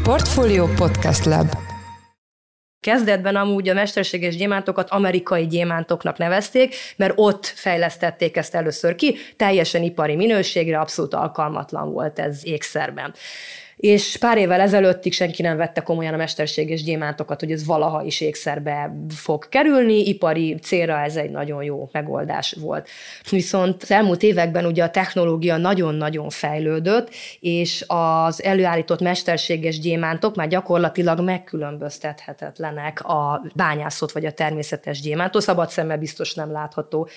Portfolio Podcast Lab. Kezdetben amúgy a mesterséges gyémántokat amerikai gyémántoknak nevezték, mert ott fejlesztették ezt először ki, teljesen ipari minőségre, abszolút alkalmatlan volt ez ékszerben. És pár évvel ezelőttig senki nem vette komolyan a mesterséges gyémántokat, hogy ez valaha is ékszerbe fog kerülni, ipari célra ez egy nagyon jó megoldás volt. Viszont az elmúlt években ugye a technológia nagyon-nagyon fejlődött, és az előállított mesterséges gyémántok már gyakorlatilag megkülönböztethetetlenek a bányászott vagy a természetes gyémántól, szabad szemmel biztos nem látható.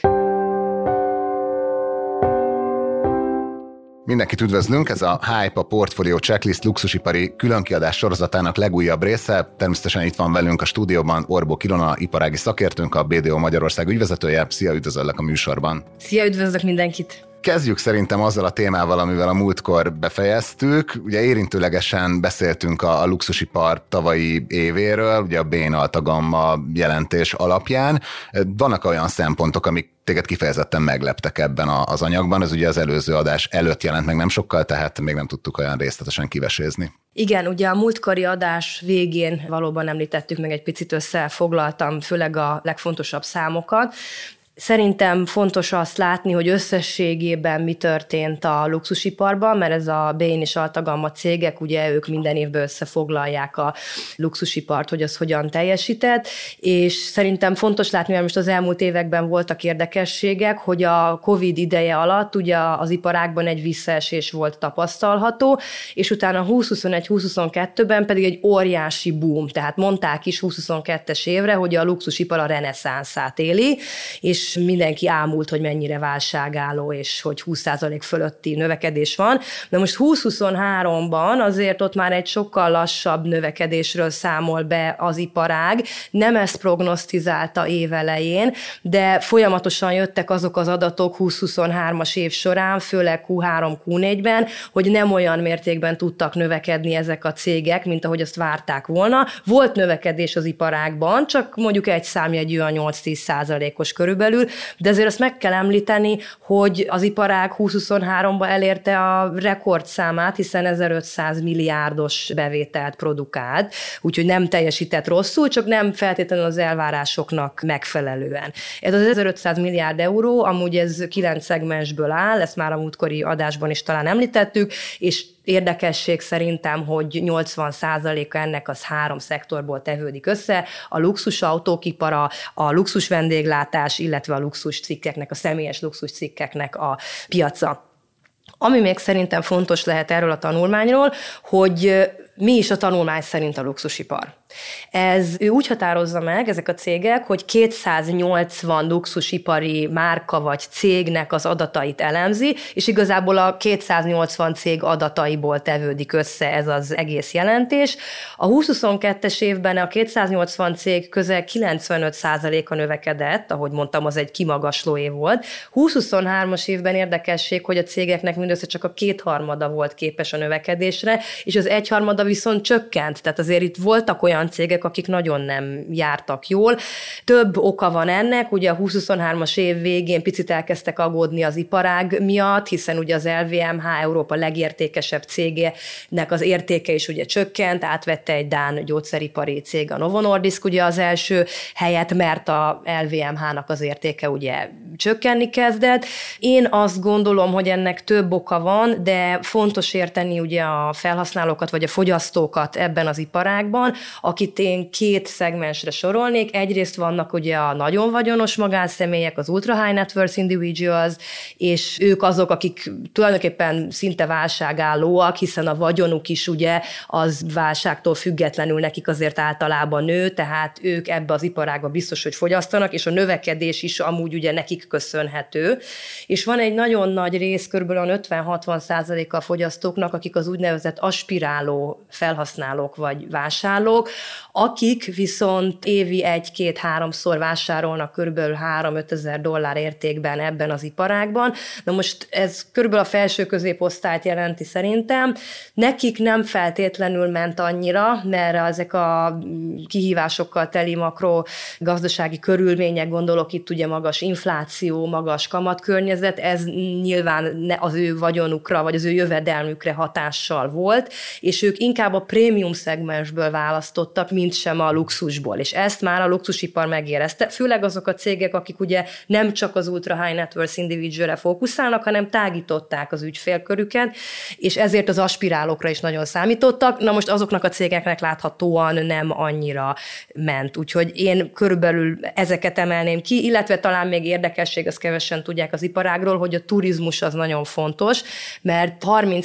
Mindenkit üdvözlünk, ez a Hype, a Portfolio Checklist luxusipari különkiadás sorozatának legújabb része. Természetesen itt van velünk a stúdióban Orbók Ilona, iparági szakértőnk, a BDO Magyarország ügyvezetője. Szia, üdvözöllek a műsorban. Szia, üdvözlök mindenkit! Kezdjük szerintem azzal a témával, amivel a múltkor befejeztük. Ugye érintőlegesen beszéltünk a luxusipar tavalyi évéről, ugye a Bain Alta Gamma jelentés alapján. Vannak olyan szempontok, amik téged kifejezetten megleptek ebben az anyagban. Ez ugye az előző adás előtt jelent meg nem sokkal, tehát még nem tudtuk olyan részletesen kivesézni. Igen, ugye a múltkori adás végén valóban említettük, meg egy picit összefoglaltam, főleg a legfontosabb számokat. Szerintem fontos azt látni, hogy összességében mi történt a luxusiparban, mert ez a Bain és Alta Gamma cégek, ugye ők minden évben összefoglalják a luxusipart, hogy az hogyan teljesített, és szerintem fontos látni, mert most az elmúlt években voltak érdekességek, hogy a Covid ideje alatt ugye az iparágban egy visszaesés volt tapasztalható, és utána 2021-2022-ben pedig egy óriási boom, tehát mondták is 2022-es évre, hogy a luxusipar a reneszánszát éli, és mindenki ámult, hogy mennyire válságálló, és hogy 20% fölötti növekedés van. De most 2023-ban azért ott már egy sokkal lassabb növekedésről számol be az iparág. Nem ezt prognosztizálta évelején, de folyamatosan jöttek azok az adatok 2023-as év során, főleg Q3, Q4-ben, hogy nem olyan mértékben tudtak növekedni ezek a cégek, mint ahogy azt várták volna. Volt növekedés az iparágban, csak mondjuk egy számjegy olyan 8-10%-os körülbelül, de azért azt meg kell említeni, hogy az iparág 2023-ban elérte a rekordszámát, hiszen 1500 milliárdos bevételt produkált, úgyhogy nem teljesített rosszul, csak nem feltétlenül az elvárásoknak megfelelően. Ez az 1500 milliárd euró, amúgy ez 9 szegmensből áll, ezt már a múltkori adásban is talán említettük, és érdekesség szerintem, hogy 80%-a ennek az 3 szektorból tevődik össze, a luxus autókipara, a luxus vendéglátás, illetve a luxus cikkeknek, a személyes luxus cikkeknek a piaca. Ami még szerintem fontos lehet erről a tanulmányról, hogy mi is a tanulmány szerint a luxusipar. Ő úgy határozza meg, ezek a cégek, hogy 280 luxusipari márka vagy cégnek az adatait elemzi, és igazából a 280 cég adataiból tevődik össze ez az egész jelentés. A 2022-es évben a 280 cég közel 95%-a növekedett, ahogy mondtam, az egy kimagasló év volt. 2023-as évben érdekesség, hogy a cégeknek mindössze csak a 2/3 volt képes a növekedésre, és az 1/3 viszont csökkent, tehát azért itt voltak olyan cégek, akik nagyon nem jártak jól. Több oka van ennek, ugye a 2023-as év végén picit elkezdtek aggódni az iparág miatt, hiszen ugye az LVMH Európa legértékesebb cégének az értéke is ugye csökkent, átvette egy dán gyógyszeripari cég, a Novo Nordisk ugye az első helyet, mert a LVMH-nak az értéke ugye csökkenni kezdett. Én azt gondolom, hogy ennek több oka van, de fontos érteni ugye a felhasználókat vagy a fogyasztókat ebben az iparágban, akit én 2 szegmensre sorolnék. Egyrészt vannak ugye a nagyon vagyonos magánszemélyek, az ultra high net worth individuals, és ők azok, akik tulajdonképpen szinte válságállóak, hiszen a vagyonuk is ugye az válságtól függetlenül nekik azért általában nő, tehát ők ebbe az iparágba biztos, hogy fogyasztanak, és a növekedés is amúgy ugye nekik köszönhető. És van egy nagyon nagy rész, kb. 50-60% a fogyasztóknak, akik az úgynevezett aspiráló felhasználók vagy vásárlók, akik viszont évi 1-2-3-szor vásárolnak körülbelül 3-5 ezer dollár értékben ebben az iparágban. Na most ez körülbelül a felső középosztályt jelenti szerintem. Nekik nem feltétlenül ment annyira, mert ezek a kihívásokkal teli makro gazdasági körülmények, gondolok itt ugye magas infláció, magas kamatkörnyezet, ez nyilván az ő vagyonukra, vagy az ő jövedelmükre hatással volt, és ők inkább inkább a prémium szegmensből választottak, mint sem a luxusból, és ezt már a luxusipar megérezte, főleg azok a cégek, akik ugye nem csak az ultra high net worth individualre fókuszálnak, hanem tágították az ügyfélkörüket, és ezért az aspirálókra is nagyon számítottak. Na most azoknak a cégeknek láthatóan nem annyira ment, úgyhogy én körülbelül ezeket emelném ki, illetve talán még érdekesség, azt kevesen tudják az iparágról, hogy a turizmus az nagyon fontos, mert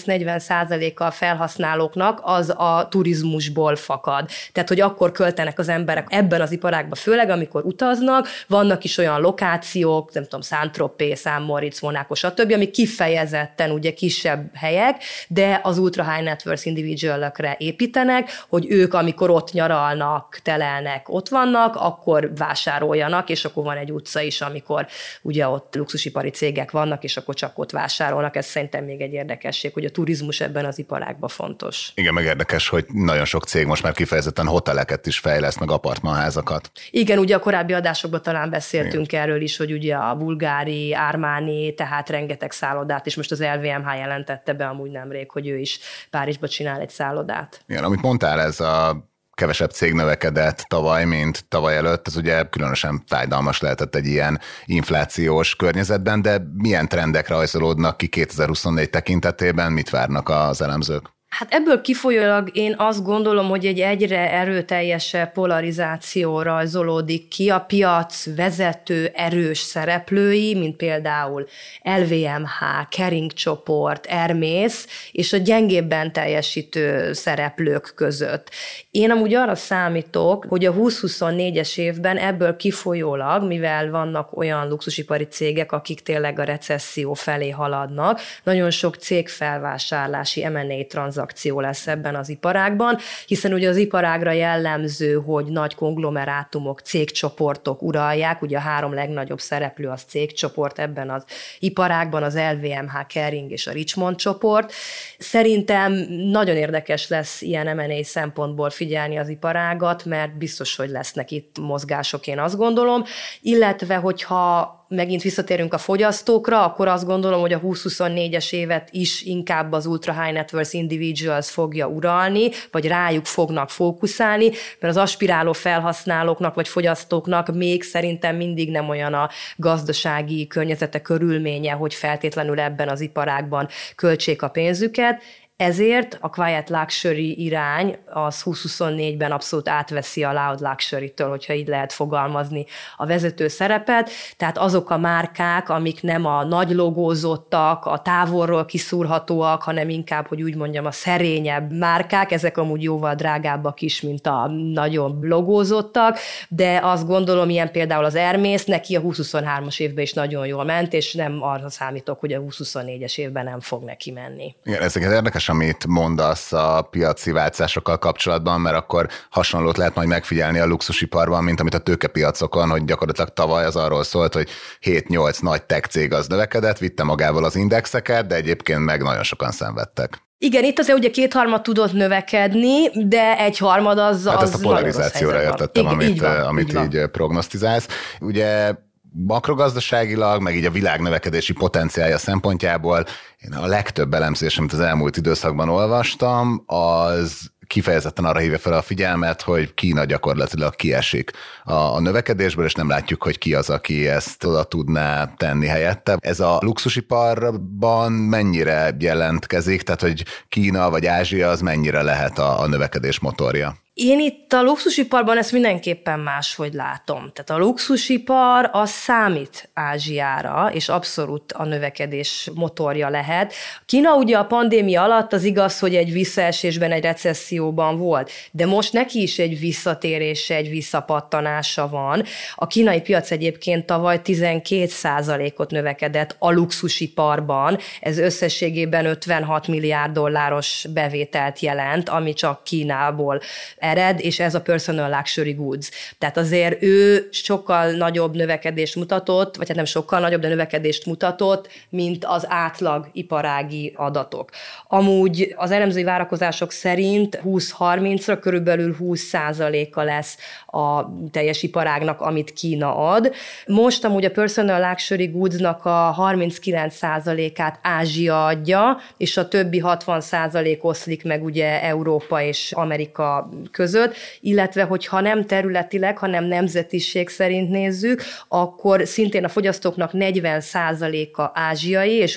30-40% a felhasználóknak az a turizmusból fakad. Tehát, hogy akkor költenek az emberek ebben az iparágban, főleg amikor utaznak, vannak is olyan lokációk, nem tudom, Saint-Tropez, Saint-Moritz, Monaco, stb., amik kifejezetten ugye kisebb helyek, de az ultra high net worth individualokra építenek, hogy ők, amikor ott nyaralnak, telelnek, ott vannak, akkor vásároljanak, és akkor van egy utca is, amikor ugye ott luxusipari cégek vannak, és akkor csak ott vásárolnak. Ez szerintem még egy érdekesség, hogy a turizmus ebben az iparágban fontos. Igen, meg érdekes, hogy nagyon sok cég most már kifejezetten hoteleket is fejleszt, meg apartmanházakat. Igen, ugye a korábbi adásokban talán beszéltünk erről is, hogy ugye a Bulgári, Armani, tehát rengeteg szállodát, és most az LVMH jelentette be amúgy nemrég, hogy ő is Párizsba csinál egy szállodát. Igen, amit mondtál, ez a kevesebb cég növekedett tavaly, mint tavaly előtt, ez ugye különösen fájdalmas lehetett egy ilyen inflációs környezetben, de milyen trendek rajzolódnak ki 2024 tekintetében, mit várnak az elemzők? Hát ebből kifolyólag én azt gondolom, hogy egy egyre erőteljesebb polarizáció rajzolódik ki a piac vezető erős szereplői, mint például LVMH, Kering csoport, Hermès, és a gyengébben teljesítő szereplők között. Én amúgy arra számítok, hogy a 2024-es évben ebből kifolyólag, mivel vannak olyan luxusipari cégek, akik tényleg a recesszió felé haladnak, nagyon sok cégfelvásárlási M&A tranzakció lesz ebben az iparágban, hiszen ugye az iparágra jellemző, hogy nagy konglomerátumok, cégcsoportok uralják, ugye a 3 legnagyobb szereplő az cégcsoport ebben az iparágban, az LVMH, Kering és a Richemont csoport. Szerintem nagyon érdekes lesz ilyen M&A szempontból figyelni az iparágat, mert biztos, hogy lesznek itt mozgások, én azt gondolom, illetve hogyha megint visszatérünk a fogyasztókra, akkor azt gondolom, hogy a 2024-es évet is inkább az ultra high net worth individuals fogja uralni, vagy rájuk fognak fókuszálni, mert az aspiráló felhasználóknak vagy fogyasztóknak még szerintem mindig nem olyan a gazdasági környezete körülménye, hogy feltétlenül ebben az iparágban költsék a pénzüket. Ezért a Quiet Luxury irány az 2024-ben abszolút átveszi a Loud Luxury-től, hogyha így lehet fogalmazni a vezető szerepet. Tehát azok a márkák, amik nem a nagy logózottak, a távolról kiszúrhatóak, hanem inkább, hogy úgy mondjam, a szerényebb márkák, ezek amúgy jóval drágábbak is, mint a nagyon logózottak, de azt gondolom, ilyen például az Hermès, neki a 2023-as évben is nagyon jól ment, és nem arra számítok, hogy a 2024-es évben nem fog neki menni. Igen, ezeket érdekes, amit mondasz a piaci változásokkal kapcsolatban, mert akkor hasonlót lehet majd megfigyelni a luxusiparban, mint amit a tőkepiacokon, hogy gyakorlatilag tavaly az arról szólt, hogy 7-8 nagy tech cég az növekedett, vitte magával az indexeket, de egyébként meg nagyon sokan szenvedtek. Igen, itt azért ugye 2/3 tudott növekedni, de 1/3 az hát ezt a polarizációra értettem, amit így prognosztizálsz. Ugye makrogazdaságilag, meg így a világ növekedési potenciálja szempontjából én a legtöbb elemzés, amit az elmúlt időszakban olvastam, az kifejezetten arra hívja fel a figyelmet, hogy Kína gyakorlatilag kiesik a növekedésből, és nem látjuk, hogy ki az, aki ezt oda tudná tenni helyette. Ez a luxusiparban mennyire jelentkezik, tehát hogy Kína vagy Ázsia az mennyire lehet a növekedés motorja? Én itt a luxusiparban ezt mindenképpen máshogy látom. Tehát a luxusipar az számít Ázsiára, és abszolút a növekedés motorja lehet. Kína ugye a pandémia alatt az igaz, hogy egy visszaesésben, egy recesszióban volt, de most neki is egy visszatérése, egy visszapattanása van. A kínai piac egyébként tavaly 12%-ot növekedett a luxusiparban, ez összességében $56 milliárd bevételt jelent, ami csak Kínából ered, és ez a personal luxury goods. Tehát azért ő sokkal nagyobb növekedést mutatott, vagy hát nem sokkal nagyobb, de növekedést mutatott, mint az átlag iparági adatok. Amúgy az elemzői várakozások szerint 20-30-ra körülbelül 20%-a lesz a teljes iparágnak, amit Kína ad. Most amúgy a personal luxury goodsnak a 39%-át Ázsia adja, és a többi 60% oszlik meg ugye Európa és Amerika között, illetve hogyha nem területileg, hanem nemzetiség szerint nézzük, akkor szintén a fogyasztóknak 40%-a ázsiai és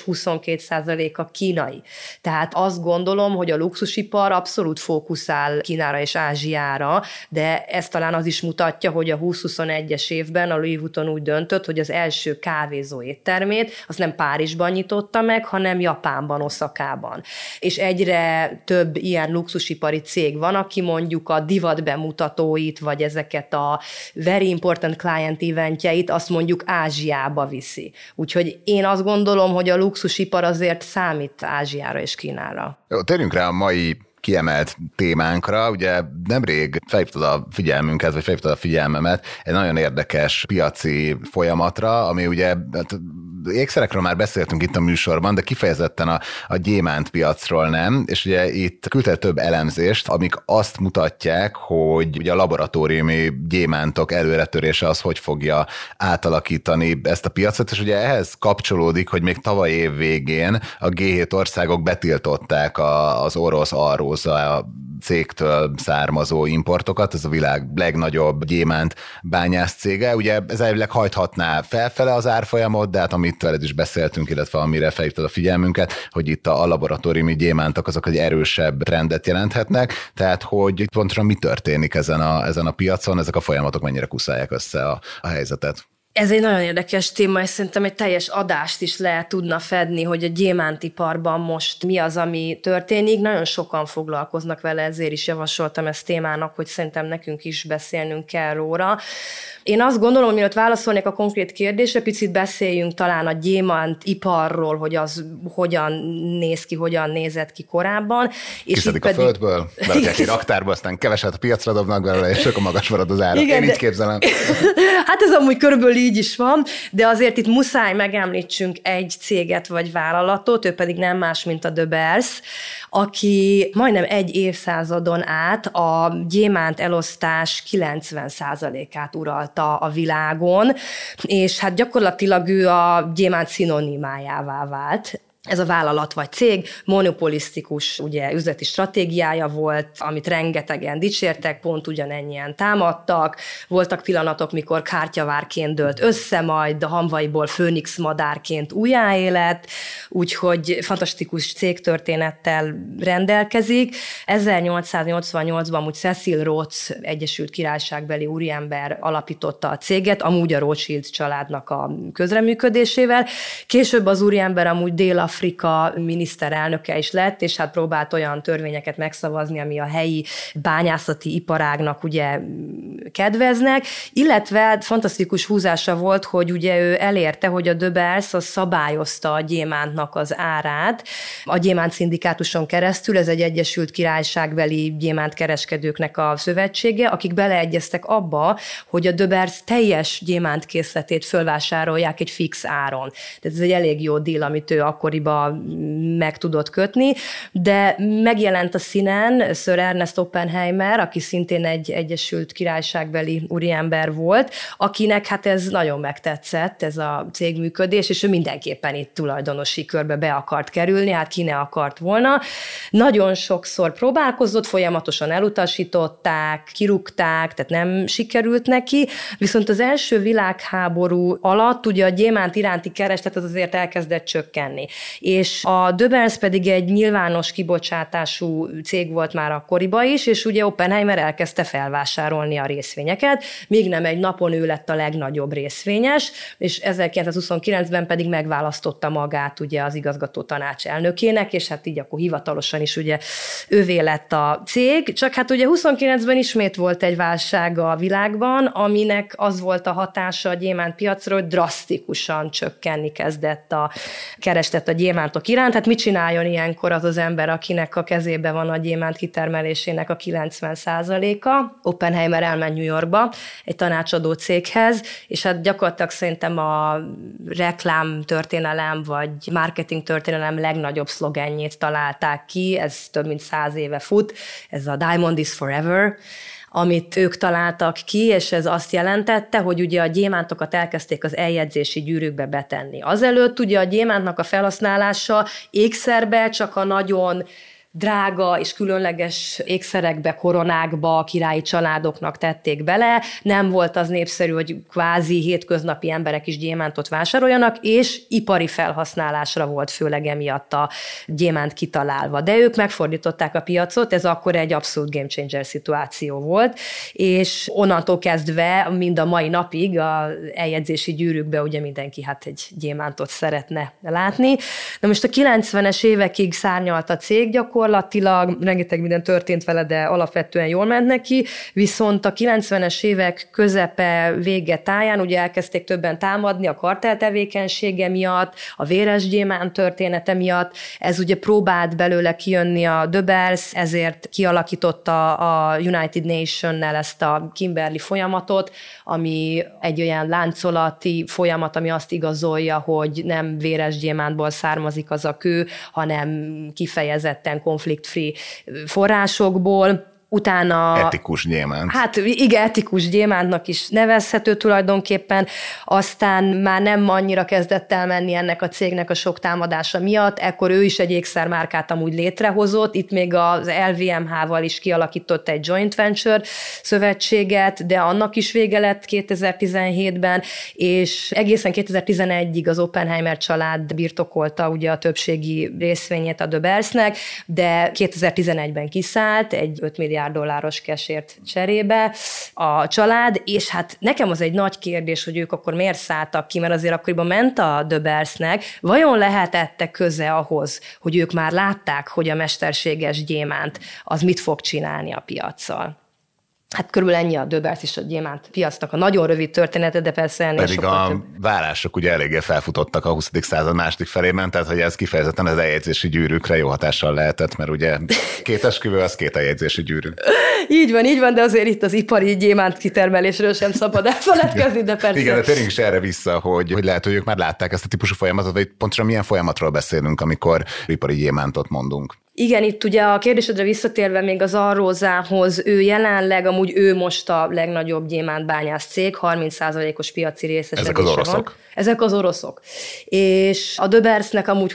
22%-a kínai. Tehát azt gondolom, hogy a luxusipar abszolút fókuszál Kínára és Ázsiára, de ez talán az is mutatja, hogy a 2021-es évben a Louis Vuitton úgy döntött, hogy az első kávézó éttermét azt nem Párizsban nyitotta meg, hanem Japánban, Oszakában. És egyre több ilyen luxusipari cég van, aki mondjuk a divat bemutatóit, vagy ezeket a very important client eventjeit, azt mondjuk Ázsiába viszi. Úgyhogy én azt gondolom, hogy a luxusipar azért számít Ázsiára és Kínára. Jó, térjünk rá a mai kiemelt témánkra. Ugye nemrég felhívtad a figyelmünket, vagy felhívtad a figyelmemet egy nagyon érdekes piaci folyamatra, ami ugye ékszerekről már beszéltünk itt a műsorban, de kifejezetten a gyémánt piacról nem, és ugye itt küldtél több elemzést, amik azt mutatják, hogy ugye a laboratóriumi gyémántok előretörése az hogy fogja átalakítani ezt a piacot, és ugye ehhez kapcsolódik, hogy még tavaly év végén a G7 országok betiltották az orosz Arosa cégtől származó importokat, ez a világ legnagyobb gyémánt bányász cége. Ugye ez elvileg hajthatná felfele az árfolyamot, de hát amit veled is beszéltünk, illetve amire felhívtad a figyelmünket, hogy itt a laboratóriumi gyémántok azok egy erősebb trendet jelenthetnek, tehát hogy pontosan mi történik ezen a piacon, ezek a folyamatok mennyire kuszálják össze a helyzetet. Ez egy nagyon érdekes téma, és szerintem egy teljes adást is le tudna fedni, hogy a gyémántiparban most mi az, ami történik. Nagyon sokan foglalkoznak vele, ezért is javasoltam ezt témának, hogy szerintem nekünk is beszélnünk kell róla. Én azt gondolom, hogy mielőtt válaszolnék a konkrét kérdésre, picit beszéljünk talán a gyémántiparról, hogy az hogyan néz ki, hogyan nézett ki korábban. Kiszedik a földből, berakják egy raktárba, aztán keveset a piacra dobnak belőle, és akkor magas marad az ára. Én így képzelem. Hát ez amúgy körülbelül így is van, de azért itt muszáj megemlítsünk egy céget vagy vállalatot, ő pedig nem más, mint a De Beers, aki majdnem egy évszázadon át a gyémánt elosztás 90%-át uralta a világon, és hát gyakorlatilag ő a gyémánt szinonimájává vált. Ez a vállalat vagy cég monopolisztikus ugye, üzleti stratégiája volt, amit rengetegen dicsértek, pont ugyanennyien támadtak. Voltak pillanatok, mikor kártyavárként dőlt össze, majd a hamvaiból főnix madárként újjáélet, úgyhogy fantasztikus cégtörténettel rendelkezik. 1888-ban úgy Cecil Rhodes Egyesült Királyságbeli úriember alapította a céget, amúgy a Rothschild családnak a közreműködésével. Később az úriember amúgy Dél-Afrika miniszterelnöke is lett, és hát próbált olyan törvényeket megszavazni, ami a helyi bányászati iparágnak ugye kedveznek, illetve fantasztikus húzása volt, hogy ugye ő elérte, hogy a De Beers az szabályozta a gyémántnak az árát. A gyémánt szindikátuson keresztül, ez egy Egyesült Királyságbeli gyémántkereskedőknek a szövetsége, akik beleegyeztek abba, hogy a De Beers teljes gyémántkészletét fölvásárolják egy fix áron. Tehát ez egy elég jó deal, amit ő akkoriban meg tudott kötni, de megjelent a színen Sir Ernest Oppenheimer, aki szintén egy Egyesült Királyságbeli úriember volt, akinek hát ez nagyon megtetszett, ez a cégműködés, és ő mindenképpen itt tulajdonosi körbe be akart kerülni, hát ki ne akart volna. Nagyon sokszor próbálkozott, folyamatosan elutasították, kirúgták, tehát nem sikerült neki, viszont az első világháború alatt ugye a gyémánt iránti kereslet az azért elkezdett csökkenni. És a De Beers pedig egy nyilvános kibocsátású cég volt már akkoriban is, és ugye Oppenheimer elkezdte felvásárolni a részvényeket, még nem egy napon ő lett a legnagyobb részvényes, és 1929-ben pedig megválasztotta magát ugye az igazgató tanács elnökének, és hát így akkor hivatalosan is ugye ővé lett a cég, csak hát ugye 29-ben ismét volt egy válság a világban, aminek az volt a hatása a gyémántpiacra, hogy drasztikusan csökkenni kezdett a kereslet a gyémántok iránt. Hát mit csináljon ilyenkor az az ember, akinek a kezében van a gyémánt kitermelésének a 90%-a? Oppenheimer elment New Yorkba egy tanácsadó céghez, és hát gyakorlatilag szerintem a reklám történelem vagy marketing történelem legnagyobb szlogenjét találták ki, ez több mint 100 éve fut, ez a Diamond is forever, amit ők találtak ki, és ez azt jelentette, hogy ugye a gyémántokat elkezdték az eljegyzési gyűrűkbe betenni. Azelőtt ugye a gyémántnak a felhasználása ékszerbe csak a nagyon drága és különleges ékszerekbe, koronákba, királyi családoknak tették bele, nem volt az népszerű, hogy kvázi hétköznapi emberek is gyémántot vásároljanak, és ipari felhasználásra volt főleg emiatt a gyémánt kitalálva. De ők megfordították a piacot, ez akkor egy abszolút game changer szituáció volt, és onnantól kezdve mind a mai napig a eljegyzési gyűrűkbe ugye mindenki hát egy gyémántot szeretne látni. Na most a 90-es évekig szárnyalt a cég gyakorlatilag, rengeteg minden történt vele, de alapvetően jól ment neki, viszont a 90-es évek közepe vége táján ugye elkezdték többen támadni a karteltevékenysége miatt, a véres gyémánt története miatt, ez ugye próbált belőle kijönni a Döbelsz, ezért kialakította a United Nation-nel ezt a Kimberley folyamatot, ami egy olyan láncolati folyamat, ami azt igazolja, hogy nem véres gyémántból származik az a kő, hanem kifejezetten konflikt-free forrásokból. Utána... Etikus gyémánt. Hát igen, etikus gyémántnak is nevezhető tulajdonképpen, aztán már nem annyira kezdett el menni ennek a cégnek a sok támadása miatt, ekkor ő is egy ékszermárkát amúgy létrehozott, itt még az LVMH-val is kialakított egy joint venture szövetséget, de annak is vége lett 2017-ben, és egészen 2011-ig az Oppenheimer család birtokolta ugye a többségi részvényét a Döbelsznek, de 2011-ben kiszállt egy 5 milliárd dolláros cashért cserébe a család, és hát nekem az egy nagy kérdés, hogy ők akkor miért szálltak ki, mert azért akkoriban ment a Döbelsznek, vajon lehetette köze ahhoz, hogy ők már látták, hogy a mesterséges gyémánt az mit fog csinálni a piaccal? Hát körülbelül ennyi a Döbelsz és a gyémánt piacnak a nagyon rövid története, de persze ennél pedig a várások ugye eléggé felfutottak a 20. század második felében, tehát hogy ez kifejezetten az eljegyzési gyűrűkre jó hatással lehetett, mert ugye 2 esküvő az 2 eljegyzési gyűrű. Így van, de azért itt az ipari gyémánt kitermelésről sem szabad elfeledkezni, de persze. Igen, de térjünk is erre vissza, hogy lehet, hogy ők már látták ezt a típusú folyamatot, vagy pontosan milyen folyamatról beszélünk, amikor ipari gyémántot mondunk. Igen, itt ugye a kérdésedre visszatérve még az Alrózához, ő most a legnagyobb gyémántbányász cég, 30%-os piaci részesedése van. Ezek az oroszok? Ezek az oroszok. És a Döbelsznek amúgy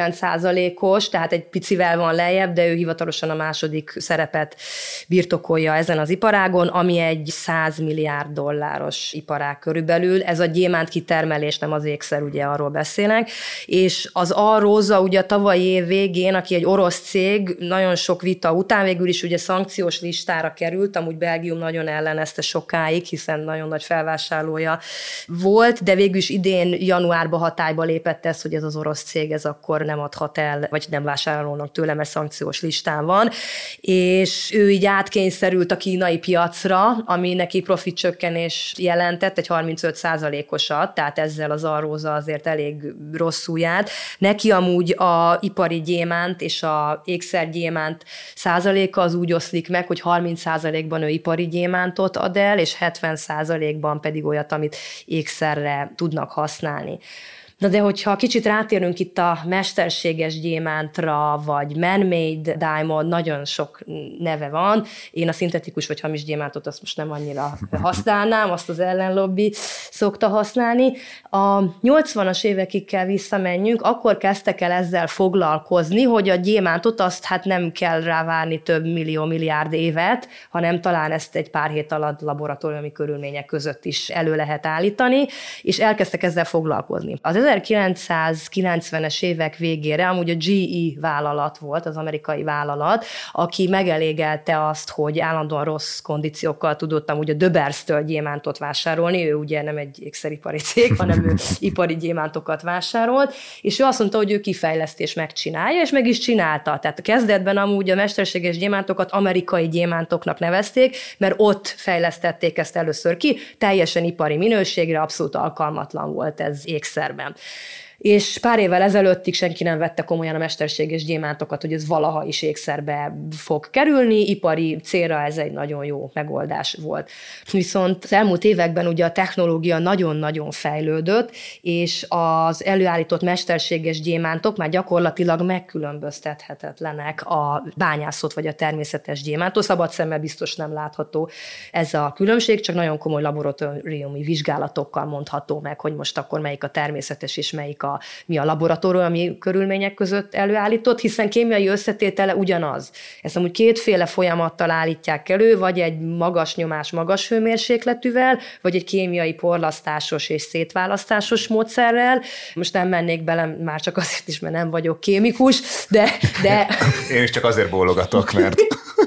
29%-os, tehát egy picivel van lejjebb, de ő hivatalosan a második szerepet birtokolja ezen az iparágon, ami egy 100 milliárd dolláros iparág körülbelül. Ez a gyémánt kitermelés, nem az ékszer, ugye arról beszélnek. És az Alróza ugye a tavalyi év végén, aki egy orosz cég, nagyon sok vita után végül is ugye szankciós listára került, amúgy Belgium nagyon ellenezte sokáig, hiszen nagyon nagy felvásárlója volt, de végül is idén januárban hatályba lépett ez, hogy ez az orosz cég ez akkor nem adhat el, vagy nem vásárolnak tőle, mert szankciós listán van, és ő így átkényszerült a kínai piacra, ami neki profitcsökkenés jelentett, egy 35%-osat, tehát ezzel az Alróza azért elég rosszul járt. Neki amúgy a ipari gyémánt és a ékszergyémánt százaléka az úgy oszlik meg, hogy 30%-ban ő ipari gyémántot ad el, és 70%-ban pedig olyat, amit ékszerre tudnak használni. Na de hogyha kicsit rátérünk itt a mesterséges gyémántra, vagy man-made diamond, nagyon sok neve van. Én a szintetikus vagy hamis gyémántot azt most nem annyira használnám, azt az ellenlobby szokta használni. A 80-as évekig kell visszamenjünk, akkor kezdtek el ezzel foglalkozni, hogy a gyémántot azt hát nem kell rá várni több milliárd évet, hanem talán ezt egy pár hét alatt laboratóriumi körülmények között is elő lehet állítani, és elkezdtek ezzel foglalkozni. Az 1990-es évek végére amúgy a GE vállalat volt, az amerikai vállalat, aki megelégelte azt, hogy állandóan rossz kondíciókkal tudott amúgy a Döbelsztől gyémántot vásárolni, ő ugye nem egy ékszeripari cég, hanem ő ipari gyémántokat vásárolt, és ő azt mondta, hogy ő kifejlesztés megcsinálja, és meg is csinálta. Tehát a kezdetben amúgy a mesterséges gyémántokat amerikai gyémántoknak nevezték, mert ott fejlesztették ezt először ki, teljesen ipari minőségre, abszolút alkalmatlan volt ez ékszerben. és pár évvel ezelőttig senki nem vette komolyan a mesterséges gyémántokat, hogy ez valaha is ékszerbe fog kerülni, ipari célra ez egy nagyon jó megoldás volt. Viszont az elmúlt években ugye a technológia nagyon-nagyon fejlődött, és az előállított mesterséges gyémántok már gyakorlatilag megkülönböztethetetlenek a bányászott vagy a természetes gyémántól. Szabad szemmel biztos nem látható ez a különbség, csak nagyon komoly laboratóriumi vizsgálatokkal mondható meg, hogy most akkor melyik a természetes és melyik mi a laboratóriumi körülmények között előállított, hiszen kémiai összetétele ugyanaz. Ezt amúgy kétféle folyamattal állítják elő, vagy egy magas nyomás, magas hőmérsékletűvel, vagy egy kémiai porlasztásos és szétválasztásos módszerrel. Most nem mennék bele, már csak azért is, mert nem vagyok kémikus, de... Én is csak azért bólogatok, mert...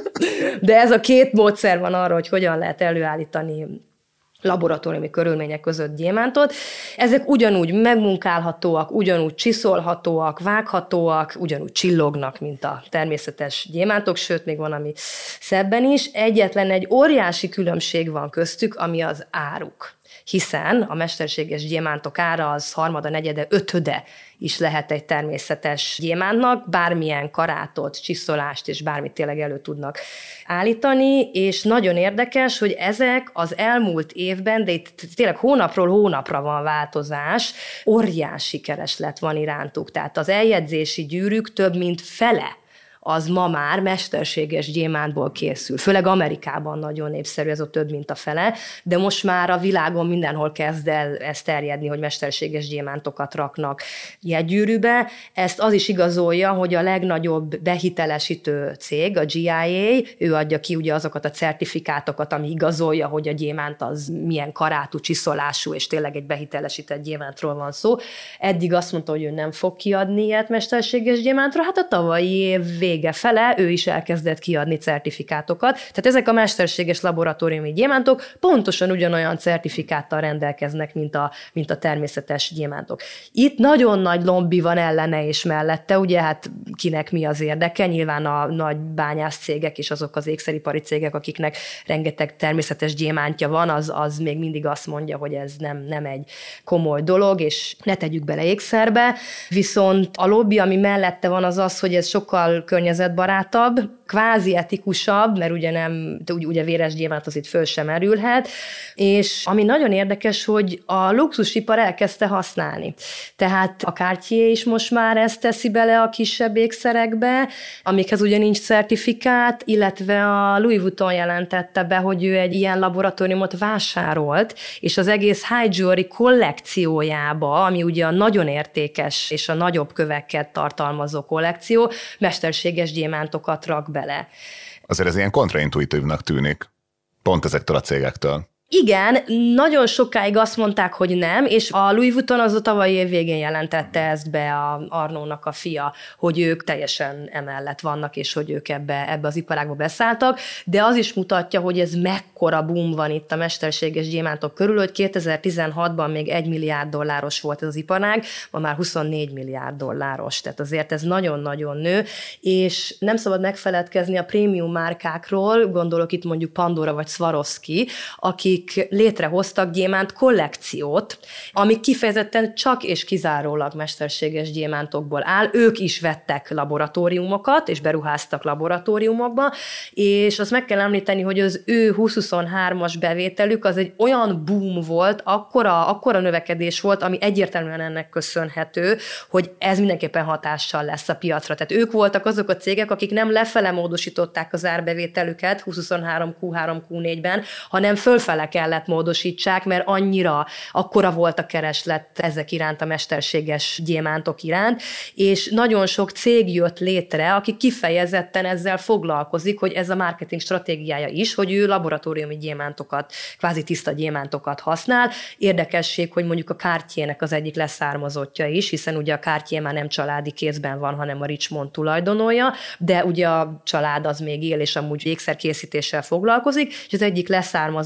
De ez a két módszer van arra, hogy hogyan lehet előállítani laboratóriumi körülmények között gyémántot. Ezek ugyanúgy megmunkálhatóak, ugyanúgy csiszolhatóak, vághatóak, ugyanúgy csillognak, mint a természetes gyémántok, sőt, még van, ami szebben is. Egyetlen egy óriási különbség van köztük, ami az áruk. Hiszen a mesterséges gyémántok ára az harmada, negyede, ötöde is lehet egy természetes gyémántnak, bármilyen karátot, csiszolást és bármit tényleg elő tudnak állítani, és nagyon érdekes, hogy ezek az elmúlt évben, de itt tényleg hónapról hónapra van változás, óriási kereslet van irántuk, tehát az eljegyzési gyűrűk több mint fele az ma már mesterséges gyémántból készül. Főleg Amerikában nagyon népszerű, ez ott több, mint a fele, de most már a világon mindenhol kezd el ezt terjedni, hogy mesterséges gyémántokat raknak jegygyűrűbe. Ezt az is igazolja, hogy a legnagyobb behitelesítő cég, a GIA, ő adja ki ugye azokat a certifikátokat, ami igazolja, hogy a gyémánt az milyen karátú, csiszolású, és tényleg egy behitelesített gyémántról van szó. Eddig azt mondta, hogy ő nem fog kiadni ilyet mesterséges gyémántra, hát a tavalyi év vége fele ő is elkezdett kiadni certifikátokat. Tehát ezek a mesterséges laboratóriumi gyémántok pontosan ugyanolyan certifikáttal rendelkeznek, mint a természetes gyémántok. Itt nagyon nagy lobby van ellene és mellette, ugye hát kinek mi az érdeke, nyilván a nagy bányász cégek és azok az ékszeripari cégek, akiknek rengeteg természetes gyémántja van, az még mindig azt mondja, hogy ez nem egy komoly dolog, és ne tegyük bele ékszerbe. Viszont a lobby, ami mellette van, az az, hogy ez sokkal környezetbarátabb, kvázi etikusabb, mert ugye véres gyémánt az itt föl sem merülhet, és ami nagyon érdekes, hogy a luxusipar elkezdte használni. Tehát a Cartier is most már ezt teszi bele a kisebb ékszerekbe, amikhez ugye nincs certifikát, illetve a Louis Vuitton jelentette be, hogy ő egy ilyen laboratóriumot vásárolt, és az egész high jewelry kollekciójába, ami ugye a nagyon értékes és a nagyobb köveket tartalmazó kollekció, mesterséges gyémántokat rak bele. Azért ez ilyen kontraintuitívnak tűnik, pont ezektől a cégektől. Igen, nagyon sokáig azt mondták, hogy nem, és a Louis Vuitton az a tavalyi év végén jelentette ezt be a Arnault-nak a fia, hogy ők teljesen emellett vannak, és hogy ők ebbe az iparágba beszálltak, de az is mutatja, hogy ez mekkora boom van itt a mesterséges gyémántok körül, hogy 2016-ban még $1 milliárd volt ez az iparág, ma már $24 milliárd, tehát azért ez nagyon-nagyon nő, és nem szabad megfeledkezni a prémium márkákról, gondolok itt mondjuk Pandora vagy Swarovski, akik létrehoztak gyémánt kollekciót, ami kifejezetten csak és kizárólag mesterséges gyémántokból áll. Ők is vettek laboratóriumokat, és beruháztak laboratóriumokba, és azt meg kell említeni, hogy az ő 2023-as bevételük az egy olyan boom volt, akkora növekedés volt, ami egyértelműen ennek köszönhető, hogy ez mindenképpen hatással lesz a piacra. Tehát ők voltak azok a cégek, akik nem lefele módosították az árbevételüket 2023 Q3 Q4-ben, hanem fölfele kellett módosítsák, mert akkora volt a kereslet ezek iránt, a mesterséges gyémántok iránt, és nagyon sok cég jött létre, aki kifejezetten ezzel foglalkozik, hogy ez a marketing stratégiája is, hogy ő laboratóriumi gyémántokat, kvázi tiszta gyémántokat használ. Érdekesség, hogy mondjuk a Cartiernek az egyik leszármazottja is, hiszen ugye a Cartier már nem családi kézben van, hanem a Richemont tulajdonolja, de ugye a család az még él, és amúgy ékszerkészítéssel foglalkozik, és az egyik leszármazottja,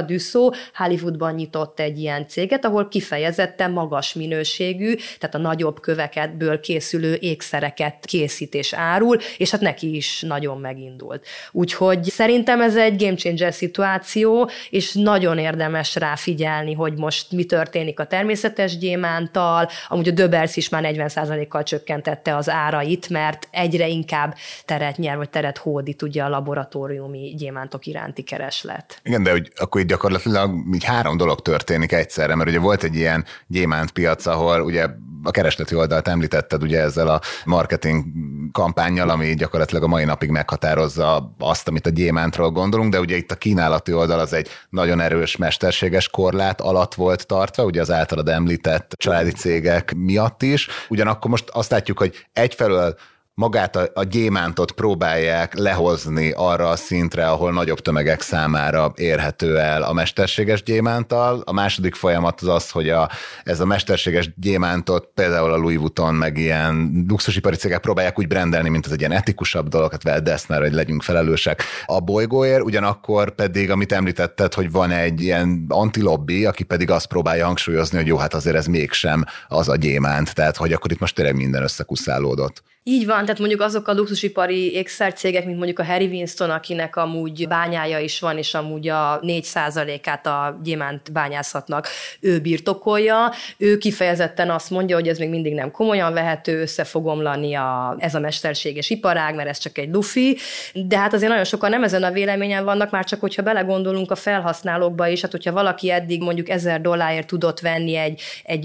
Dussault Hollywoodban nyitott egy ilyen céget, ahol kifejezetten magas minőségű, tehát a nagyobb kövekből készülő ékszereket készít és árul, és hát neki is nagyon megindult. Úgyhogy szerintem ez egy game changer szituáció, és nagyon érdemes rá figyelni, hogy most mi történik a természetes gyémánttal. Amúgy a Döbers is már 40%-kal csökkentette az árait, mert egyre inkább teret nyer, vagy teret hódít ugye a laboratóriumi gyémántok iránti kereslet. Igen, de hogy akkor itt gyakorlatilag így 3 dolog történik egyszerre, mert ugye volt egy ilyen gyémántpiac, ahol ugye a keresleti oldalt említetted ugye ezzel a marketing kampánnyal, ami gyakorlatilag a mai napig meghatározza azt, amit a gyémántról gondolunk, de ugye itt a kínálati oldal az egy nagyon erős mesterséges korlát alatt volt tartva, ugye az általad említett családi cégek miatt is. Ugyanakkor most azt látjuk, hogy egyfelől magát a gyémántot próbálják lehozni arra a szintre, ahol nagyobb tömegek számára érhető el a mesterséges gyémánttal. A második folyamat az, hogy ez a mesterséges gyémántot például a Louis Vuitton meg ilyen luxusipari cégek próbálják úgy brendelni, mint ez egy ilyen etikusabb dolog, hát vedd ezt már, hogy legyünk felelősek a bolygóért, ugyanakkor pedig, amit említetted, hogy van egy ilyen antilobbi, aki pedig azt próbálja hangsúlyozni, hogy jó, hát azért ez mégsem az a gyémánt, tehát hogy akkor itt most tényleg minden összekuszálódott. Így van, tehát mondjuk azok a luxusipari ékszercégek, mint mondjuk a Harry Winston, akinek amúgy bányája is van, és amúgy a 4%-át a gyémánt bányászatnak ő birtokolja. Ő kifejezetten azt mondja, hogy ez még mindig nem komolyan vehető, össze fog omlani ez a mesterséges iparág, mert ez csak egy lufi, de hát azért nagyon sokan nem ezen a véleményen vannak, már csak hogyha belegondolunk a felhasználókba is, hát hogyha valaki eddig mondjuk $1000 tudott venni egy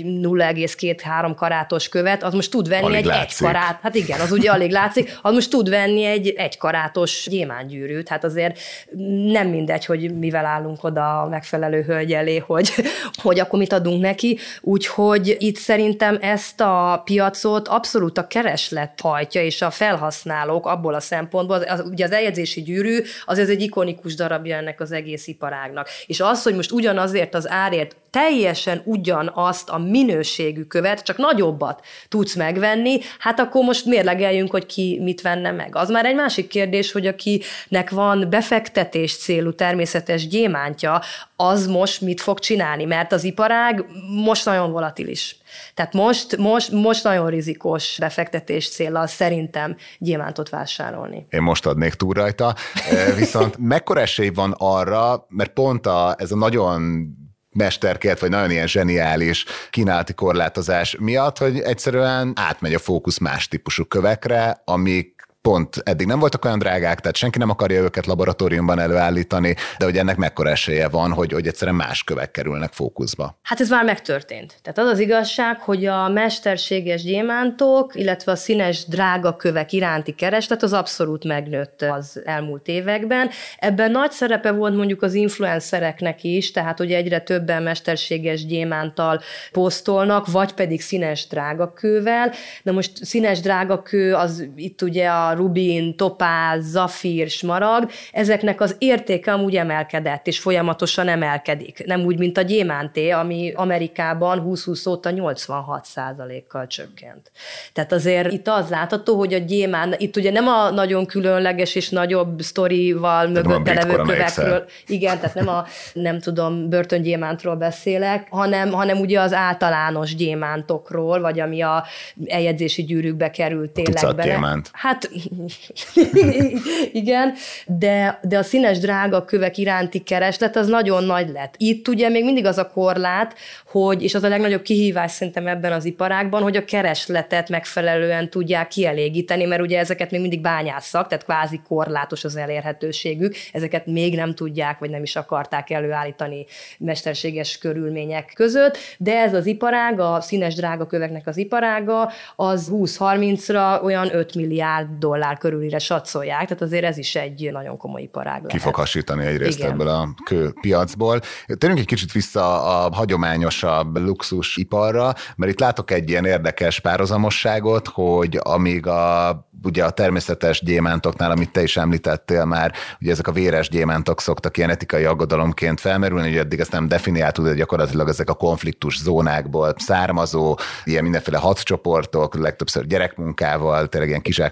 0,2-3 karátos követ, az most tud venni alig egy látszik. 1 karát, hát igen, az ugye alig látszik, az most tud venni egy 1 karátos gyémántgyűrűt, hát azért nem mindegy, hogy mivel állunk oda a megfelelő hölgy elé, hogy akkor mit adunk neki, úgyhogy itt szerintem ezt a piacot abszolút a kereslet hajtja, és a felhasználók abból a szempontból, ugye az eljegyzési gyűrű, az egy ikonikus darabja ennek az egész iparágnak. És az, hogy most ugyanazért az árért teljesen ugyanazt a minőségű követ, csak nagyobbat tudsz megvenni, hát akkor most mérlegeljünk, hogy ki mit venne meg. Az már egy másik kérdés, hogy akinek van befektetés célú természetes gyémántja, az most mit fog csinálni, mert az iparág most nagyon volatilis. Tehát most nagyon rizikós befektetés céllal szerintem gyémántot vásárolni. Én most adnék túl rajta, viszont mekkora esély van arra, mert pont ez a nagyon mesterkélt, vagy nagyon ilyen zseniális kínálati korlátozás miatt, hogy egyszerűen átmegy a fókusz más típusú kövekre, amik pont eddig nem voltak olyan drágák, tehát senki nem akarja őket laboratóriumban előállítani, de hogy ennek mekkora esélye van, hogy egyszerűen más kövek kerülnek fókuszba. Hát ez már megtörtént. Tehát az az igazság, hogy a mesterséges gyémántok, illetve a színes drága kövek iránti kereslet az abszolút megnőtt az elmúlt években. Ebben nagy szerepe volt mondjuk az influencereknek is, tehát hogy egyre többen mesterséges gyémánttal posztolnak, vagy pedig színes drágakővel. De most színes drágakő az itt ugye a rubin, topáz, zafír, smaragd, ezeknek az értéke amúgy emelkedett, és folyamatosan emelkedik. Nem úgy, mint a gyémánté, ami Amerikában 2020 óta 86%-kal csökkent. Tehát azért itt az látható, hogy a gyémánt, itt ugye nem a nagyon különleges és nagyobb sztorival mögötte levő kövekről, igen, tehát nem tudom, börtöngyémántról beszélek, hanem ugye az általános gyémántokról, vagy ami a eljegyzési gyűrűkbe került tényleg bele. Hát igen, de a színes drága kövek iránti kereslet az nagyon nagy lett. Itt ugye még mindig az a korlát, és az a legnagyobb kihívás szerintem ebben az iparágban, hogy a keresletet megfelelően tudják kielégíteni, mert ugye ezeket még mindig bányásszak, tehát kvázi korlátos az elérhetőségük, ezeket még nem tudják, vagy nem is akarták előállítani mesterséges körülmények között, de ez az iparág, a színes drága köveknek az iparága, az 20-30-ra olyan $5 milliárd körülire satszolják, tehát azért ez is egy nagyon komoly iparág lehet. Ki fog hasítani egyrészt ebből a kőpiacból. Térjünk egy kicsit vissza a hagyományosabb luxusiparra, mert itt látok egy ilyen érdekes párhuzamosságot, hogy amíg ugye a természetes gyémántoknál, amit te is említettél már, ugye ezek a véres gyémántok szoktak ilyen etikai aggodalomként felmerülni, hogy eddig ezt nem definiáltuk, de gyakorlatilag ezek a konfliktus zónákból származó, ilyen mindenféle hadcsoportok, legtöbbször gyerekmunkával, tényleg ilyen kizsákmányoló körülmények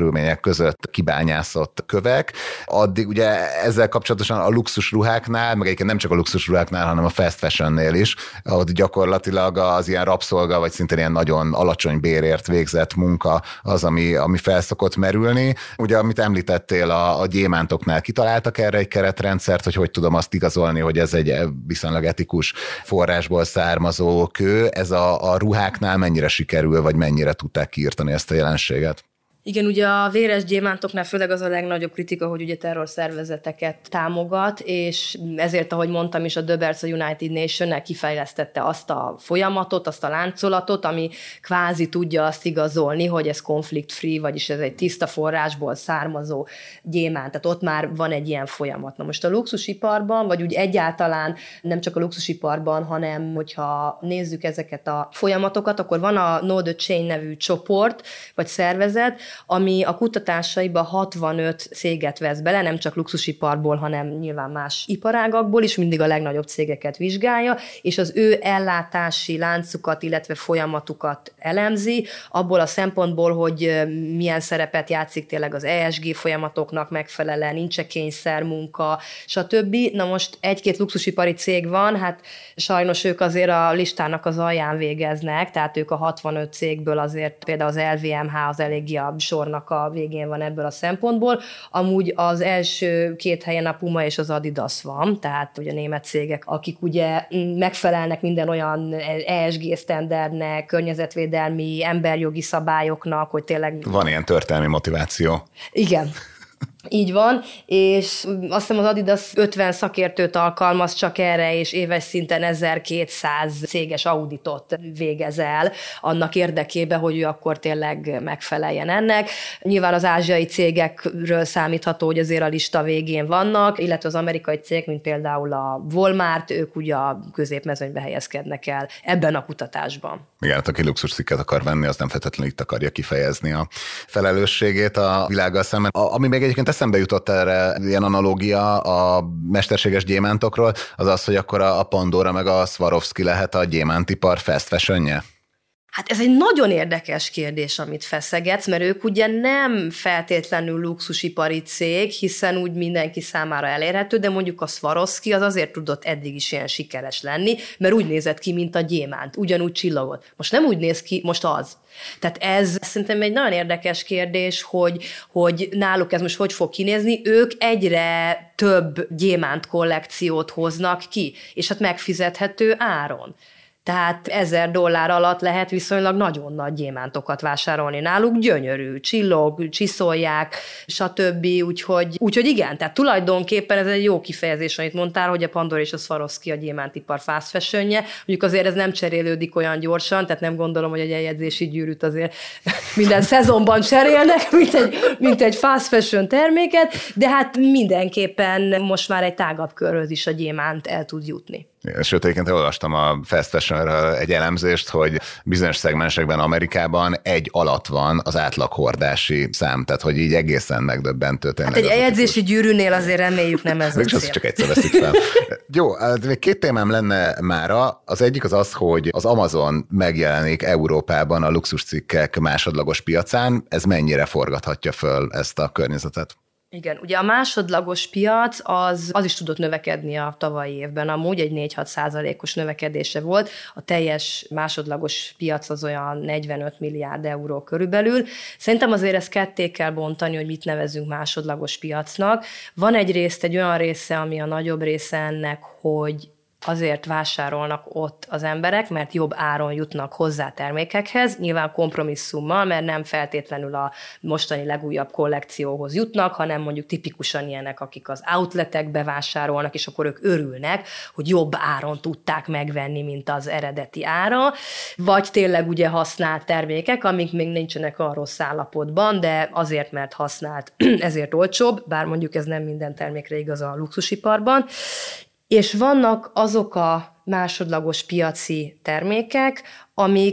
körülmények között kibányászott kövek. Addig ugye ezzel kapcsolatosan a luxusruháknál, meg egyébként nem csak a luxusruháknál, hanem a fast fashionnél is, ott gyakorlatilag az ilyen rabszolga, vagy szintén ilyen nagyon alacsony bérért végzett munka az, ami felszokott merülni. Ugye, amit említettél, a gyémántoknál kitaláltak erre egy keretrendszert, hogy tudom azt igazolni, hogy ez egy viszonylag etikus forrásból származó kő. Ez a ruháknál mennyire sikerül, vagy mennyire tudták kiírtani ezt a jelenséget? Igen, ugye a véres gyémántoknál főleg az a legnagyobb kritika, hogy ugye terrorszervezeteket támogat, és ezért, ahogy mondtam is, a Döberc a United Nation-nel kifejlesztette azt a folyamatot, azt a láncolatot, ami kvázi tudja azt igazolni, hogy ez conflict-free, vagyis ez egy tiszta forrásból származó gyémánt. Tehát ott már van egy ilyen folyamat. Na most a luxusiparban, vagy úgy egyáltalán nem csak a luxusiparban, hanem hogyha nézzük ezeket a folyamatokat, akkor van a Know the Chain nevű csoport, vagy szervezet, ami a kutatásaiba 65 céget vesz bele, nem csak luxusiparból, hanem nyilván más iparágakból is, mindig a legnagyobb cégeket vizsgálja, és az ő ellátási láncukat, illetve folyamatukat elemzi, abból a szempontból, hogy milyen szerepet játszik tényleg az ESG folyamatoknak megfelelően, nincs-e kényszermunka, stb. Na most egy-két luxusipari cég van, hát sajnos ők azért a listának az alján végeznek, tehát ők a 65 cégből azért például az LVMH az eléggé a sornak a végén van ebből a szempontból. Amúgy az első 2 helyen a Puma és az Adidas van, tehát ugye német cégek, akik ugye megfelelnek minden olyan ESG sztenderdnek, környezetvédelmi, emberjogi szabályoknak, hogy tényleg... Van ilyen történelmi motiváció. Igen. Így van, és azt hiszem az Adidas 50 szakértőt alkalmaz csak erre, és éves szinten 1200 céges auditot végez el annak érdekében, hogy ő akkor tényleg megfeleljen ennek. Nyilván az ázsiai cégekről számítható, hogy azért a lista végén vannak, illetve az amerikai cégek, mint például a Walmart, ők ugye a középmezőnybe helyezkednek el ebben a kutatásban. Igen, hát aki luxuscikket akar venni, az nem feltétlenül itt akarja kifejezni a felelősségét a világgal szemben. Ami még egyébként eszembe jutott erre ilyen analógia a mesterséges gyémántokról, az az, hogy akkor a Pandora meg a Swarovski lehet a gyémántipar fast fashionje? Hát ez egy nagyon érdekes kérdés, amit feszegetsz, mert ők ugye nem feltétlenül luxusipari cég, hiszen úgy mindenki számára elérhető, de mondjuk a Swarovski az azért tudott eddig is ilyen sikeres lenni, mert úgy nézett ki, mint a gyémánt, ugyanúgy csillogott. Most nem úgy néz ki, most az. Tehát ez szerintem egy nagyon érdekes kérdés, hogy náluk ez most hogy fog kinézni. Ők egyre több gyémánt kollekciót hoznak ki, és hát megfizethető áron. Tehát $1000 alatt lehet viszonylag nagyon nagy gyémántokat vásárolni náluk, gyönyörű, csillog, csiszolják, stb. Úgyhogy igen, tehát tulajdonképpen ez egy jó kifejezés, amit mondtál, hogy a Pandora és a Swarovski a gyémántipar fast fashionje. Mondjuk azért ez nem cserélődik olyan gyorsan, tehát nem gondolom, hogy egy eljegyzési gyűrűt azért minden szezonban cserélnek, mint egy fast fashion terméket, de hát mindenképpen most már egy tágabb körhöz is a gyémánt el tud jutni. Sőt, egyébként olvastam a fast fashionről egy elemzést, hogy bizonyos szegmensekben Amerikában 1 alatt van az átlaghordási szám, tehát hogy így egészen megdöbbentő. Hát egy eljegyzési gyűrűnél azért reméljük nem ez a cél. Csak egyszer veszik fel. Jó, még 2 témám lenne mára. Az egyik az, hogy az Amazon megjelenik Európában a luxuscikkek másodlagos piacán. Ez mennyire forgathatja föl ezt a környezetet? Igen, ugye a másodlagos piac az is tudott növekedni a tavalyi évben, amúgy egy 4-6%-os növekedése volt, a teljes másodlagos piac az olyan 45 milliárd euró körülbelül. Szerintem azért ezt ketté kell bontani, hogy mit nevezünk másodlagos piacnak. Van egyrészt egy olyan része, ami a nagyobb része ennek, hogy azért vásárolnak ott az emberek, mert jobb áron jutnak hozzá termékekhez, nyilván kompromisszummal, mert nem feltétlenül a mostani legújabb kollekcióhoz jutnak, hanem mondjuk tipikusan ilyenek, akik az outletekbe vásárolnak, és akkor ők örülnek, hogy jobb áron tudták megvenni, mint az eredeti ára, vagy tényleg ugye használt termékek, amik még nincsenek olyan rossz állapotban, de azért, mert használt, ezért olcsóbb, bár mondjuk ez nem minden termékre igaz a luxusiparban. És vannak azok a másodlagos piaci termékek, amik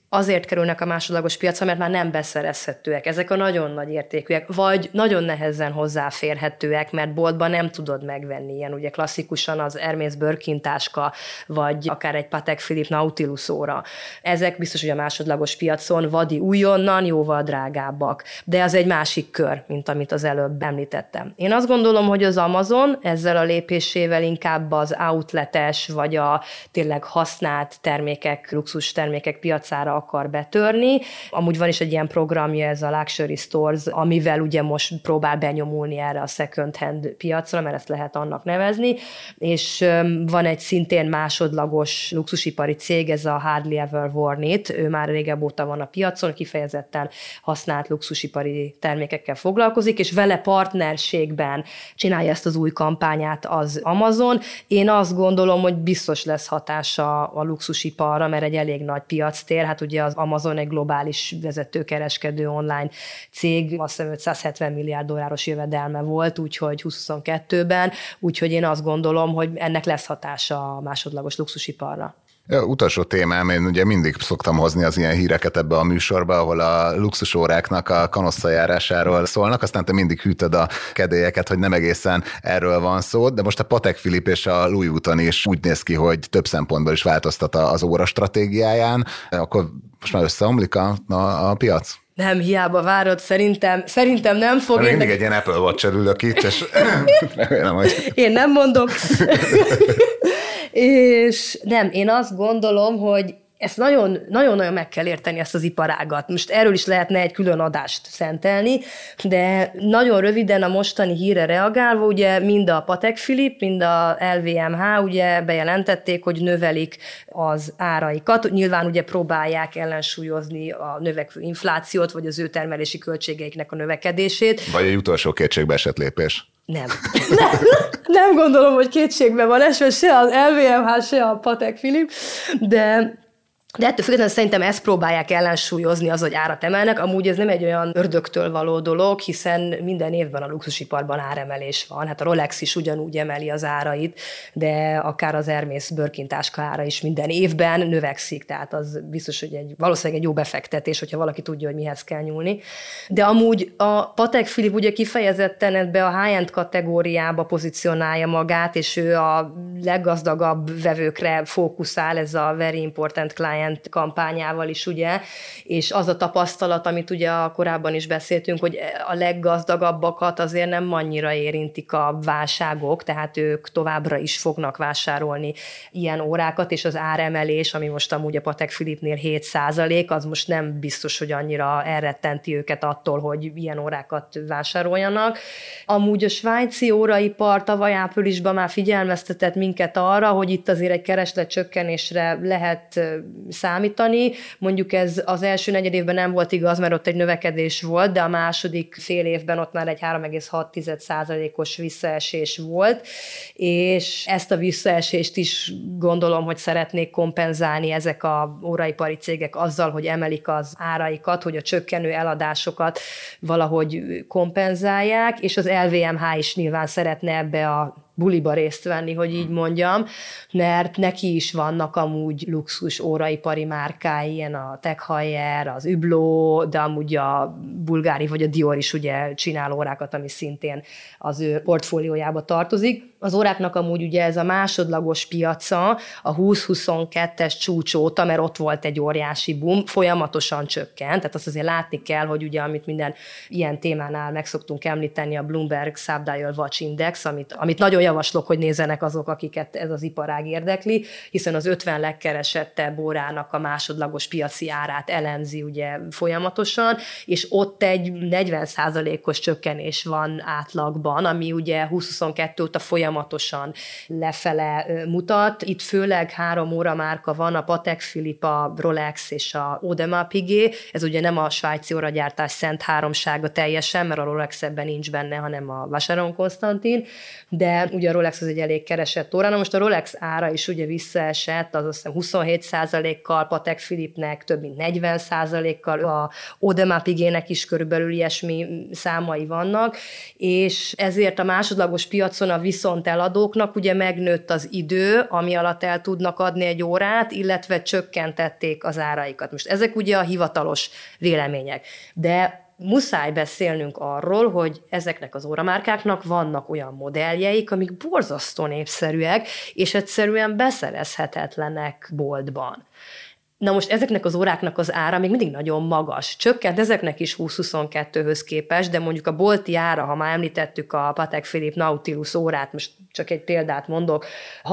azért kerülnek a másodlagos piacra, mert már nem beszerezhetőek. Ezek a nagyon nagy értékűek, vagy nagyon nehezen hozzáférhetőek, mert boltban nem tudod megvenni ilyen, ugye klasszikusan az Hermès Birkin táska, vagy akár egy Patek Philippe Nautilus óra. Ezek biztos, hogy a másodlagos piacon vadi újonnan jóval drágábbak, de az egy másik kör, mint amit az előbb említettem. Én azt gondolom, hogy az Amazon ezzel a lépésével inkább az outletes, vagy a tényleg használt termékek, luxus termékek piacára akar betörni. Amúgy van is egy ilyen programja, ez a Luxury Stores, amivel ugye most próbál benyomulni erre a second hand piacra, mert ezt lehet annak nevezni, és van egy szintén másodlagos luxusipari cég, ez a Hardly Ever Worn It, ő már régebb óta van a piacon, kifejezetten használt luxusipari termékekkel foglalkozik, és vele partnerségben csinálja ezt az új kampányát az Amazon. Én azt gondolom, hogy biztos lesz hatása a luxusiparra, mert egy elég nagy piactér, hát ugye az Amazon egy globális vezetőkereskedő online cég, azt hiszem 570 milliárd dolláros jövedelme volt, úgyhogy 2022-ben, úgyhogy én azt gondolom, hogy ennek lesz hatása a másodlagos luxusiparra. Ja, utolsó témám, én ugye mindig szoktam hozni az ilyen híreket ebbe a műsorba, ahol a luxusóráknak a kanosszajárásáról szólnak, aztán te mindig hűtöd a kedélyeket, hogy nem egészen erről van szó, de most a Patek Philippe és a Louis Vuitton is úgy néz ki, hogy több szempontból is változtat az óra stratégiáján, akkor most már összeomlik a piac? Nem, hiába várod, szerintem nem fog. Mindig egy ilyen Apple Watch-el ülök itt, és remélem, hogy... Én nem mondok. És nem, én azt gondolom, hogy ezt nagyon-nagyon meg kell érteni, ezt az iparágat. Most erről is lehetne egy külön adást szentelni, de nagyon röviden a mostani hírre reagálva, ugye mind a Patek Philippe, mind a LVMH ugye bejelentették, hogy növelik az áraikat. Nyilván ugye próbálják ellensúlyozni a növekvő inflációt, vagy az ő termelési költségeiknek a növekedését. Vagy egy utolsó kétségbe esett lépés. Nem gondolom, hogy kétségbe van esve se az LVMH, se a Patek Philippe, de ettől függetlenül szerintem ezt próbálják ellensúlyozni az, hogy árat emelnek. Amúgy ez nem egy olyan ördögtől való dolog, hiszen minden évben a luxusiparban áremelés van. Hát a Rolex is ugyanúgy emeli az árait, de akár az Hermès Birkin táska ára is minden évben növekszik. Tehát az biztos, hogy valószínűleg egy jó befektetés, hogyha valaki tudja, hogy mihez kell nyúlni. De amúgy a Patek Philippe ugye kifejezetten ebbe a high-end kategóriába pozícionálja magát, és ő a leggazdagabb vevőkre fókuszál, ez a Very Important Client kampányával is, ugye, és az a tapasztalat, amit ugye korábban is beszéltünk, hogy a leggazdagabbakat azért nem annyira érintik a válságok, tehát ők továbbra is fognak vásárolni ilyen órákat, és az áremelés, ami most amúgy a Patek Philippe-nél 7%, az most nem biztos, hogy annyira elrettenti őket attól, hogy ilyen órákat vásároljanak. Amúgy a svájci óraipar tavaly áprilisban már figyelmeztetett minket arra, hogy itt azért egy keresletcsökkenésre lehet számítani. Mondjuk ez az első negyedévben nem volt igaz, mert ott egy növekedés volt, de a második fél évben ott már egy 3,6%-os visszaesés volt, és ezt a visszaesést is gondolom, hogy szeretnék kompenzálni ezek a óraipari cégek azzal, hogy emelik az áraikat, hogy a csökkenő eladásokat valahogy kompenzálják, és az LVMH is nyilván szeretne ebbe a buliba részt venni, hogy így mondjam, mert neki is vannak amúgy luxus óraipari márkái, ilyen a Tag Heuer, az Hublot, de amúgy a Bulgari vagy a Dior is ugye csinál órákat, ami szintén az ő portfóliójába tartozik. Az óráknak amúgy ugye ez a másodlagos piaca a 2022-es csúcs óta, mert ott volt egy óriási boom, folyamatosan csökkent, tehát azt azért látni kell, hogy ugye amit minden ilyen témánál meg szoktunk említeni, a Bloomberg Subdial Watch Index, amit nagyon javaslok, hogy nézzenek azok, akiket ez az iparág érdekli, hiszen az 50 legkeresettebb órának a másodlagos piaci árát elemzi ugye folyamatosan, és ott egy 40%-os csökkenés van átlagban, ami ugye 2022 óta folyamatosan lefele mutat. Itt főleg 3 óramárka van, a Patek Philippe, a Rolex és a Audemars Piguet. Ez ugye nem a svájci óragyártás szent háromsága teljesen, mert a Rolex ebben nincs benne, hanem a Vacheron Constantin, de ugye a Rolex az egy elég keresett óra. Na most a Rolex ára is ugye visszaesett, az azt hiszem 27%-kal, Patek Philippe-nek több mint 40%-kal, a Audemars Piguet-nek is körülbelül ilyesmi számai vannak, és ezért a másodlagos piacon a viszont központeladóknak ugye megnőtt az idő, ami alatt el tudnak adni egy órát, illetve csökkentették az áraikat. Most ezek ugye a hivatalos vélemények. De muszáj beszélnünk arról, hogy ezeknek az óramárkáknak vannak olyan modelljeik, amik borzasztó népszerűek, és egyszerűen beszerezhetetlenek boltban. Na most ezeknek az óráknak az ára még mindig nagyon magas. Csökkent ezeknek is 20-22-höz képest, de mondjuk a bolti ára, ha már említettük a Patek Philippe Nautilus órát, most csak egy példát mondok,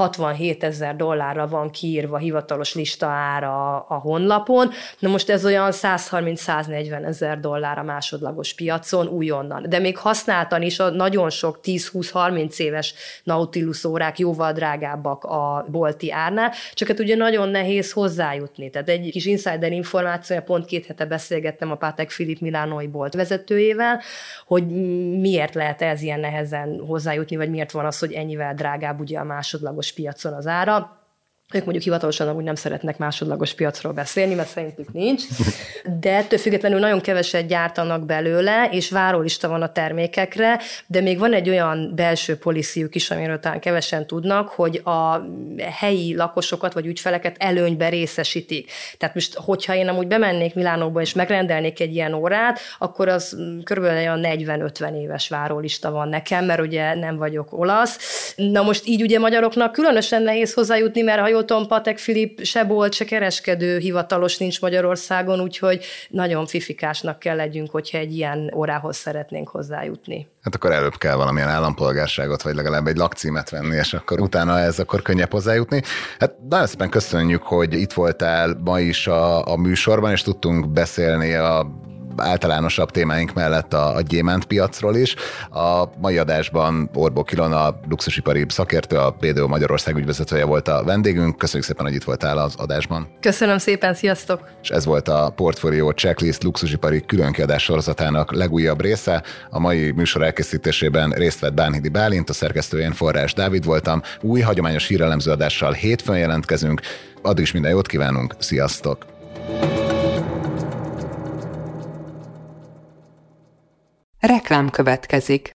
$67,000 van kiírva hivatalos lista ára a honlapon. Na most ez olyan $130-140,000 a másodlagos piacon újonnan. De még használtan is a nagyon sok 10-20-30 éves Nautilus órák jóval drágábbak a bolti árnál, csak hát ugye nagyon nehéz hozzájutni. Tehát egy kis insider információja, pont 2 hete beszélgettem a Patek Philippe milánói bolt vezetőjével, hogy miért lehet ez ilyen nehezen hozzájutni, vagy miért van az, hogy ennyivel drágább ugye a másodlagos piacon az ára. Ők mondjuk hivatalosan úgy nem szeretnek másodlagos piacról beszélni, mert szerintük nincs, de ettől függetlenül nagyon keveset gyártanak belőle, és várólista van a termékekre, de még van egy olyan belső policyjuk is, amiről talán kevesen tudnak, hogy a helyi lakosokat vagy ügyfeleket előnybe részesítik. Tehát most, hogyha én amúgy bemennék Milánóba és megrendelnék egy ilyen órát, akkor az körülbelül olyan 40-50 éves várólista van nekem, mert ugye nem vagyok olasz. Na most így ugye magyaroknak különösen nehéz hozzájutni, mert ha jól tudom, Patek Philippe se bolt, se kereskedő hivatalos nincs Magyarországon, úgyhogy nagyon fifikásnak kell legyünk, hogyha egy ilyen órához szeretnénk hozzájutni. Hát akkor előbb kell valamilyen állampolgárságot, vagy legalább egy lakcímet venni, és akkor utána ez akkor könnyebb hozzájutni. Hát nagyon szépen köszönjük, hogy itt voltál ma is a műsorban, és tudtunk beszélni a általánosabb témáink mellett a gyémántpiacról is. A mai adásban Orbok Ilona, luxusipari szakértő, a BDO Magyarország ügyvezetője volt a vendégünk. Köszönjük szépen, hogy itt voltál az adásban. Köszönöm szépen, sziasztok! És ez volt a Portfolio Checklist luxusipari különkiadás sorozatának legújabb része. A mai műsor elkészítésében részt vett Bánhidi Bálint, a szerkesztőjén Forrás Dávid voltam. Új hagyományos hírelemző adással hétfőn jelentkezünk. Addig is minden jót kívánunk, sziasztok! Reklám következik.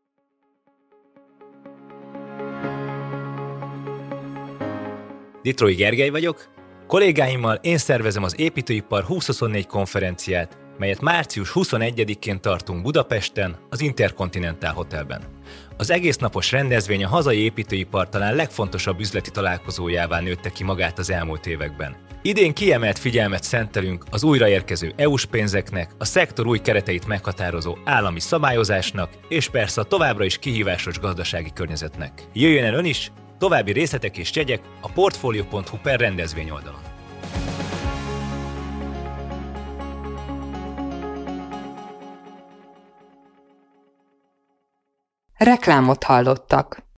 Ditrói Gergely vagyok. Kollégáimmal én szervezem az Építőipar 2024 konferenciát, melyet március 21-én tartunk Budapesten, az Intercontinental Hotelben. Az egésznapos rendezvény a hazai építőipar talán legfontosabb üzleti találkozójává nőtte ki magát az elmúlt években. Idén kiemelt figyelmet szentelünk az újraérkező EU-s pénzeknek, a szektor új kereteit meghatározó állami szabályozásnak, és persze a továbbra is kihívásos gazdasági környezetnek. Jöjjön el ön is, további részletek és jegyek a portfolio.hu/rendezvény oldalon. Reklámot hallottak.